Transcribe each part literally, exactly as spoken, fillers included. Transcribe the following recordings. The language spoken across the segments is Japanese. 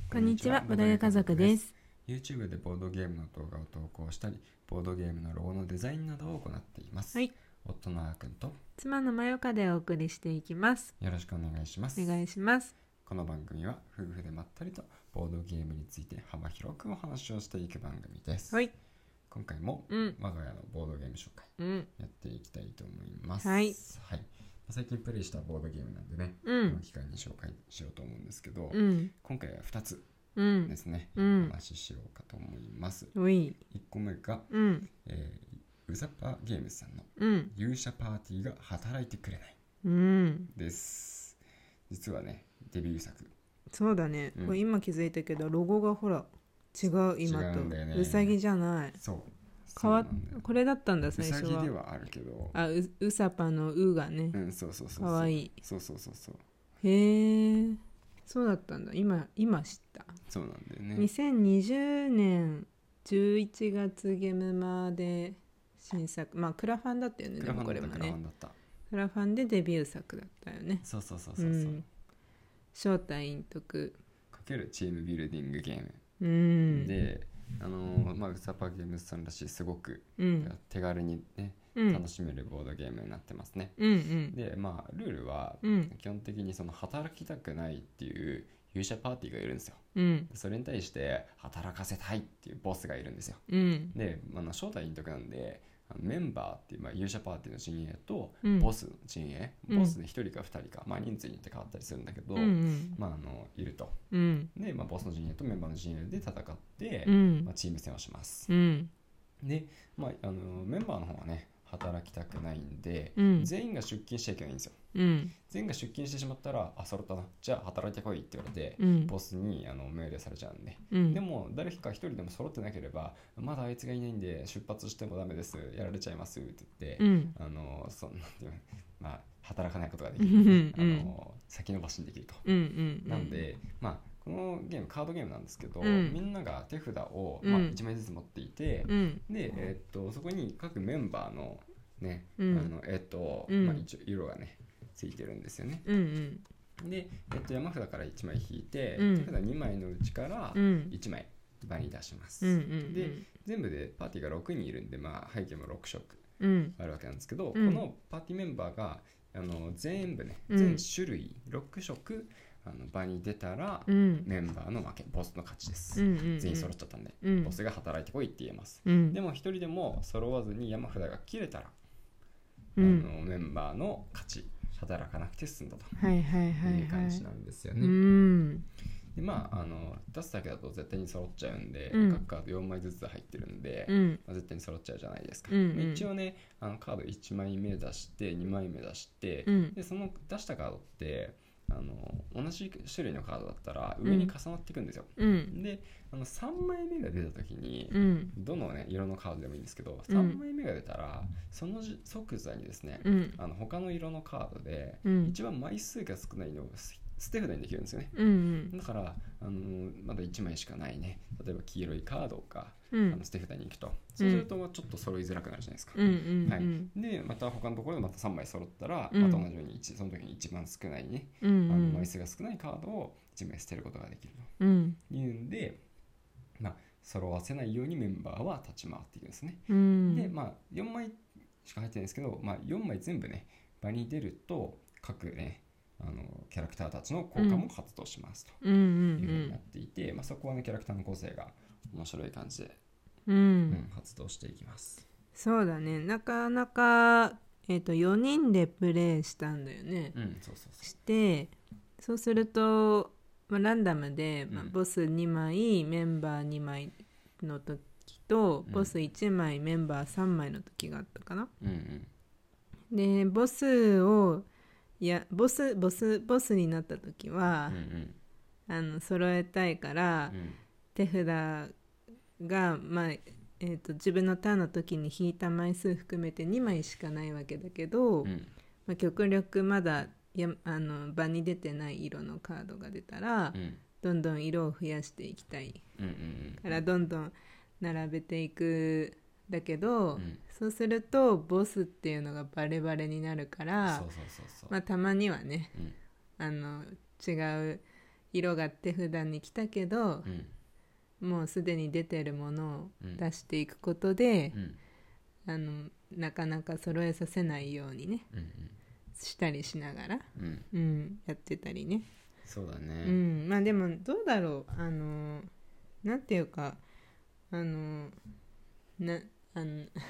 こんにちは、ボドゲ家族です。 YouTube でボードゲームの動画を投稿したり、ボードゲームのロゴのデザインなどを行っています。 はい、 夫のあーくんと妻のまよかでお送りしていきます。 よろしくお願いします。 お願いします。 この番組は夫婦でまったりとボードゲームについて幅広くお話をしていく番組です。 はい、 今回もうん我が家のボードゲーム紹介うんやっていきたいと思います。 はい、 はい、最近プレイしたボードゲームなんでね、 うんこの機会に紹介しようと思うんですけど、 うん今回はふたつうんですね、 うんお話ししようかと思います。 おいいっこめが、 うんえー、ウザパゲームズさんのうん勇者パーティーが働いてくれないうんです。実はね、デビュー作。 そうだね、 うんこれ今気づいたけどロゴがほら違う今と違うんだよねうさぎじゃないそう変わっそうなんだよ。 これだったんだう最初はさぎではあるけど、 あううさぱのうがね、 うん、そうそうそうそう。 かわいい。 そうそうそうそう。 へえそうだったんだ。今今知った。 そうなんだよね。 にせんにじゅうねんじゅういちがつゲームマで新作、まあクラファンだったよね。 クラファンだった、 でもこれもねクラファンだった。 クラファンでデビュー作だったよね。 そうそうそうそうそう。 ん、正体陰徳かけるチームビルディングゲーム。 うんで、あのー、まあウザパゲームズさんらしいすごくうん手軽にね、 うん楽しめるボードゲームになってますね。 うんうんで、まあルールはうん基本的にその働きたくないっていう勇者パーティーがいるんですよ。 うんそれに対して働かせたいっていうボスがいるんですよ。 うんで、あの正体陰徳なんで、あのメンバーっていう、まあ、勇者パーティーの陣営とうんボスの陣営、 うんボスでひとりかふたりか、まあ、人数によって変わったりするんだけど、 うんうんまあ、あのいると。 うんで、まあ、ボスの陣営とメンバーの陣営で戦って、 うんまあ、チーム戦をします。 うんで、まあ、あのメンバーの方はね働きたくないんで、 うん全員が出勤しちゃいけないんですよ。 うん全員が出勤してしまったら、あ、揃ったな、じゃあ働いてこいって言われて、 うんボスにあの命令されちゃうんで、 うんでも誰か一人でも揃ってなければ、まだあいつがいないんで出発してもダメです、やられちゃいますって言って、 うんあのそんなんていうの、まあ、働かないことができうんる、 うんあの先延ばしにできると。 うんうんなんで、まあ、このゲームカードゲームなんですけど、 うんみんなが手札を、 うんまあ、いちまいずつ持っていて、 うんで、えーっとそこに各メンバーのね、 うんあの絵と、 うんまあ、一応色がねついてるんですよね。 うんで、えっと、山札からいちまい引いて、 うん手札にまいのうちからうんいちまい場に出します。 うんうんで、全部でパーティーがろくにんいるんで、まあ、背景もろく色うんあるわけなんですけど、 うんこのパーティーメンバーがあの全部ね、 うん全種類ろく色あの場に出たら、 うんメンバーの負け、ボスの勝ちです。 うんうん全員揃っちゃったんで、 うんボスが働いてこいって言えます。 うんでも一人でも揃わずに山札が切れたら、 うんあのメンバーの勝ち、働かなくて済んだとはいはいはいいうはい感じなんですようね。 んでまあ、あの出すだけだと絶対に揃っちゃうんで、 うん各カードよんまいずつ入ってるんで、 うんまあ、絶対に揃っちゃうじゃないですか。 うんうん一応ね、あのカードいちまいめ出してにまいめ出して、 うんでその出したカードってあの同じ種類のカードだったら上に重なっていくんですよ。 うんであのさんまいめが出た時に、 うんどの、ね、色のカードでもいいんですけど、さんまいめが出たらそのじ即座にですね、 うんあの他の色のカードでうん一番枚数が少ないのを捨捨て札にできるんですよね。 うんだから、あのーまだいちまいしかないね、例えば黄色いカードか、 うんあの捨て札に行くと、そうするとちょっと揃いづらくなるじゃないですか。 うんうんはいうんでまた他のところでまたさんまい揃ったら、 うんまた同じように一その時に一番少ないね、 うんうんあの枚数が少ないカードをいちまい捨てることができるうんというんで、まあ、揃わせないようにメンバーは立ち回っていくんですね。 うんで、まあ、よんまいしか入ってないんですけど、まあ、よんまい全部ね場に出ると各ねあのキャラクターたちの効果も発動しますとうんうんいうふうになっていて、まあ、そこはねキャラクターの個性が面白い感じで、 うんううんん、発動していきます。 そうだねなかなかえっとよにんでプレイしたんだよねうん、そうそうそしてそうするとまあランダムでまあうんボスにまいメンバーにまいの時とうんボスいちまいメンバーさんまいの時があったかな。 う。うんうんでボスをいやボスボスボスになった時はうんうんあの揃えたいからうん手札が、まあえー、と自分のターンの時に引いた枚数含めてにまいしかないわけだけど、 うんまあ、極力まだやあの場に出てない色のカードが出たら、 うんどんどん色を増やしていきたいうんうんからどんどん並べていくだけど、 うんそうするとボスっていうのがバレバレになるからそうそうそうそう、 まあ、たまにはねうんあの違う色が手札に来たけどう、んもうすでに出てるものをうん出していくことで、 うんあのなかなか揃えさせないようにねうんしたりしながら、 うんうんうん、やってたりね、 そうだうね。 ん、まあでもどうだろう、あのなんていうか、あのなあの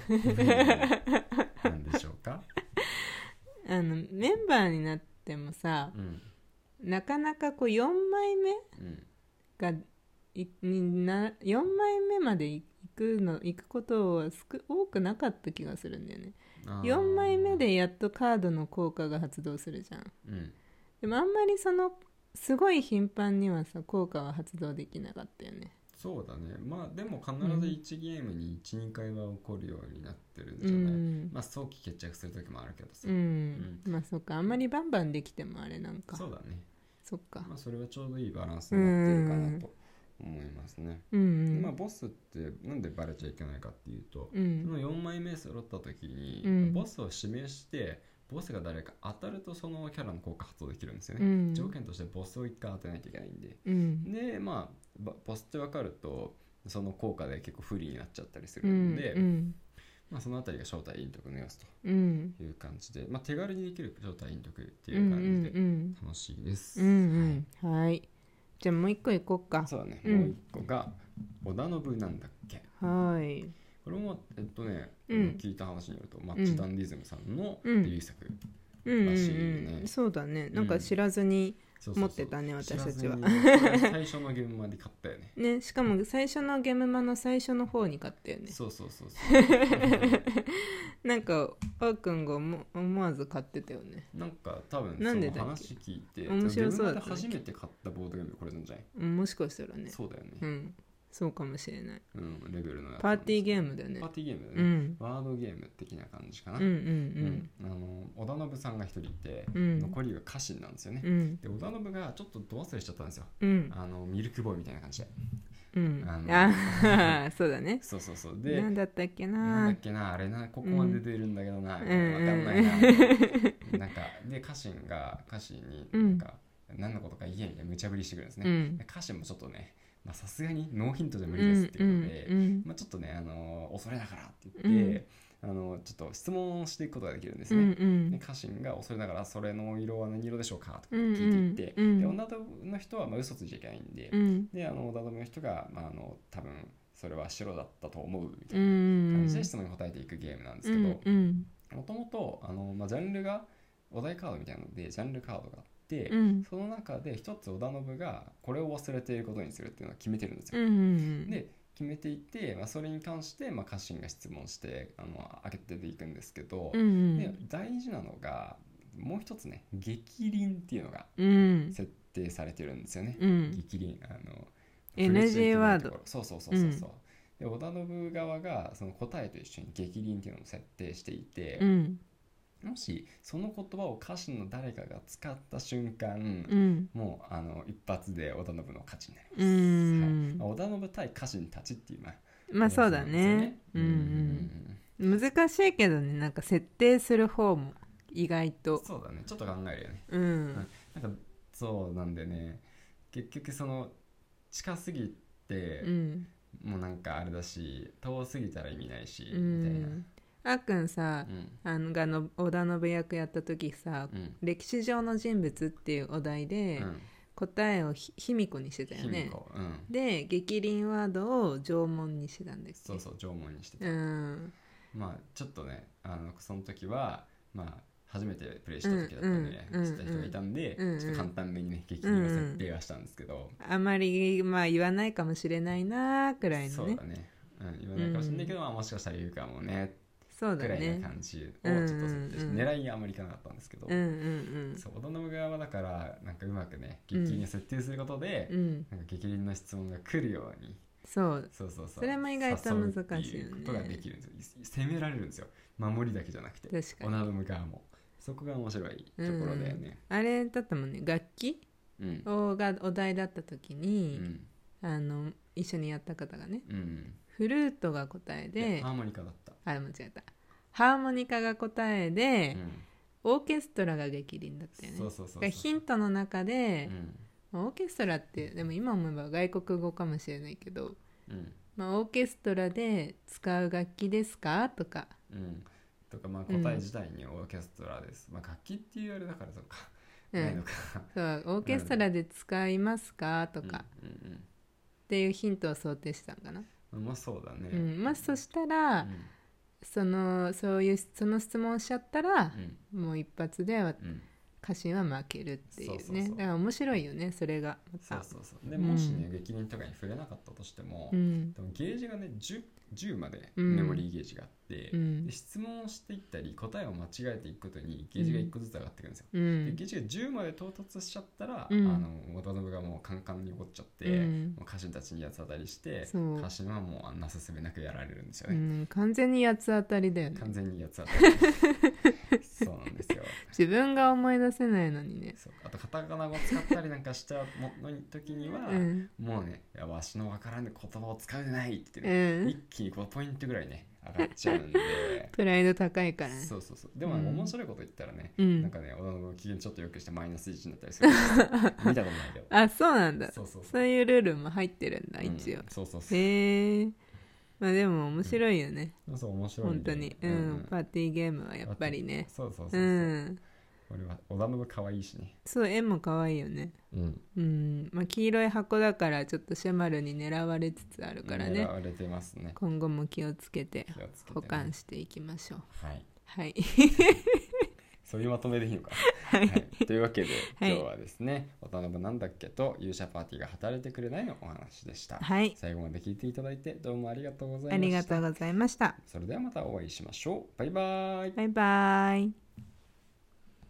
なんでしょうか。 あのメンバーになってもさ、 うんなかなかこうよんまいめうんがいになよんまいめまで行くの行くことは少多くなかった気がするんだよね。 あーよんまいめでやっとカードの効果が発動するじゃん。 うんでもあんまりそのすごい頻繁にはさ効果は発動できなかったよね。 そうだね。まあでも必ずいちゲームにいち、にかいは起こるようになってるんうじゃない、 ん、 まあ早期決着する時もあるけどさ、 うんまあそっか、あんまりバンバンできてもあれなんか。 そうだね。 そっか。 まあそれはちょうどいいバランスになってるかなと思いますね。 うんうんまあボスってなんでバレちゃいけないかっていうと、 うんそのよんまいめ揃った時に、 うんボスを指名してボスが誰か当たるとそのキャラの効果発動できるんですよね、 うん条件としてボスをいっかい当てないといけないんで、 うんでまあバボスって分かるとその効果で結構不利になっちゃったりするうんんで、 うんまあ、そのあたりが正体隠匿の様子とうんいう感じで、まあ、手軽にできる正体隠匿ってうんいう感じでうん楽しいです、 うんうんはいじゃあもう一個いこうか。 そうだね、 うんもう一個が織田信なんだっけ。 はいこれもえっとね、 うん聞いた話によるとマッチダンディズムさんのデうんビュー作、 うんうんらしいねうんそうだね、なんか知らずにそうそうそう持ってたね私たちは知らずにこれ最初の現場で買ったよねね、しかも最初のゲームマの最初の方に買ったよね。 そうそうそうそうなんかあーくんが思思わず買ってたよね。 なんか多分そなんでだっけの話聞いて面白そうだったね自分で初めて買ったボードゲームこれなんじゃない。 うんもしかしたらね。 そうだよね、 うんそうかもしれない。 うん、レベルのやつパーティーゲームだよねパー。ティーゲームだよね、 うんワードゲーム的な感じかな、 うんうんうんあの織田信さんが一人いて、 うん残りが家臣なんですよね、 うんうんで織田信がちょっとど忘れしちゃったんですよ、 うんあのミルクボーイみたいな感じで、 うんあのあそうだね。 そうそうそうでなんだったっけなんだなっけなあれなここまで出てるんだけどな、 んわかんないな、なんかで家臣が家臣になんか、何のことか言えみたいな無茶ぶりしてくるんですね、 うんで家臣もちょっとねまあさすがにノーヒントじゃ無理ですっていうことで、 うんうんまあ、ちょっとね、あのー恐れながらって言って、あのーちょっと質問をしていくことができるんですうんね、 うんで家臣が恐れながらそれの色は何色でしょうかとか聞いていって、 うんうんで女の人はまあ嘘ついちゃいけないんで、 うんであの織田信の人が、まあ、あの多分それは白だったと思うみたういな感んじで質問に答えていくゲームなんですうけど、 んうんもともとあの、まあ、ジャンルがお題カードみたいなのでジャンルカードがあって、 うんその中で一つ織田信がこれを忘れていることにするっていうのを決めてるんですよ、 うんうんで決めていて、まあ、それに関して、まあ、家臣が質問してあの開けていくんですけど、 うんうんで大事なのがもう一つね逆鱗っていうのがうん設定されてるんですよね、 うん逆鱗あのエヌジー ワードそうそうそうそうそう、で織田信側がその答えと一緒に逆鱗っていうのを設定していて、 うんもしその言葉を家臣の誰かが使った瞬間、 うんもうあの一発で織田信の勝ちになります、 うんはいまあ織田信対家臣たちっていうまあまあそうだね。ううんんうん難しいけどね、なんか設定する方も意外と。 そうだねちょっと考えるよね、 うんなんかそうなんでね結局その近すぎて、 うんもうなんかあれだし遠すぎたら意味ないし、 うみたいな、 んあっくんさ、 うんあのがの織田信役やった時さ、 うん歴史上の人物っていうお題で、 うん答えをひ卑弥呼にしてたよね。 卑弥呼うんで逆鱗ワードを縄文にしてたんだっけ。 そうそう縄文にしてた、 うんまあちょっとねあのその時はまあ初めてプレイした時だったんでね、 うんうん知った人がいたんで、 うんうんちょっと簡単めにね激鱗の設定はしたんですけど、 あまりまあ言わないかもしれないなくらいのね。 そうだね、うん、言わないかもしれないけど、まあ、もしかしたら言うかもねそうだくらいねな感じをちょっと設定して、 うんうんうん狙いがあまりいかなかったんですけど、 うんうんそう織田信側はだからなんかうまくね激鱗を設定することで、 うんうんなんか激鱗の質問が来るようにそうそうそうそうそれも意外と難しいよね誘うっていうことができるんですよ。攻められるんですよ、守りだけじゃなくて確かに織田信側もそこが面白いところだよね。 あれだったもんね、楽器うんをがお題だった時うに、 んあの一緒にやった方がね、 うんフルートが答えいでやハーモニカだった、 あ間違えたハーモニカが答えで、 うんオーケストラが逆鱗だったよね。 そうそうそうそうだからヒントの中でう、んオーケストラってでも今思えば外国語かもしれないけど、 うんまあ、オーケストラで使う楽器ですかとか、 うんとか、まあ答え自体にオーケストラです、まあ楽器っていうあれだからそうか、 うんないのかそうオーケストラで使いますかとかうんうんっていうヒントを想定したんかな、 うんまあそうだね、 うんまあ、そしたら、 うんそのそういうその質問をしちゃったら、 うんもう一発ではうん家臣は負けるっていうね。 そうそうそうだから面白いよねそれがまた。 そうそうそうでうんもしね、撃輪とかに触れなかったとしても、 うんでもゲージがね 10, じゅうまでうんメモリーゲージがあって、 うんで質問をしていったり答えを間違えていくことにゲージがいっこずつ上がっていくんですよ、 うんでゲージがじゅうまで到達しちゃったら、 うんあの渡辺がもうカンカンに怒っちゃって、 うんもう家臣たちに八つ当たりしてそう家臣はもうあんなすすべなくやられるんですようね、 ん、完全に八つ当たりだよね。 完全に八つ当たりそうなんですよ自分が思い出せないのにね。 そうあとカタカナ語使ったりなんかしたもの時には、 うんもうねいやわしのわからぬ言葉を使うでないってうね、 ん一気にごポイントぐらいね上がっちゃうんでプライド高いからね。 そうそうそうでも、 うん面白いこと言ったらね、 うんなんかね織田の機嫌ちょっとよくしてマイナスいちになったりする見たことないけどあ、そうなんだ。 そうそうそうそういうルールも入ってるんだ一応うん、そうそうそうへえ。まあでも面白いよね、 そう面白いね本当に、うんうんパーティーゲームはやっぱりね。 そうそうそうそう、 うん俺は織田信可愛いしねそう絵も可愛いよね。 うんうんまあ黄色い箱だからちょっとシェマルに狙われつつあるからね、 狙われてますね今後も気をつけて気をつけてね保管していきましょう。 はいはいそういうまとめでいいのかははいい、というわけで、 はい今日はですね渡辺なんだっけと勇者パーティーが働いてくれないのお話でした、 はい最後まで聞いていただいてどうもありがとうございました。 ありがとうございました。 それではまたお会いしましょう。バイバイ。 バイバイ。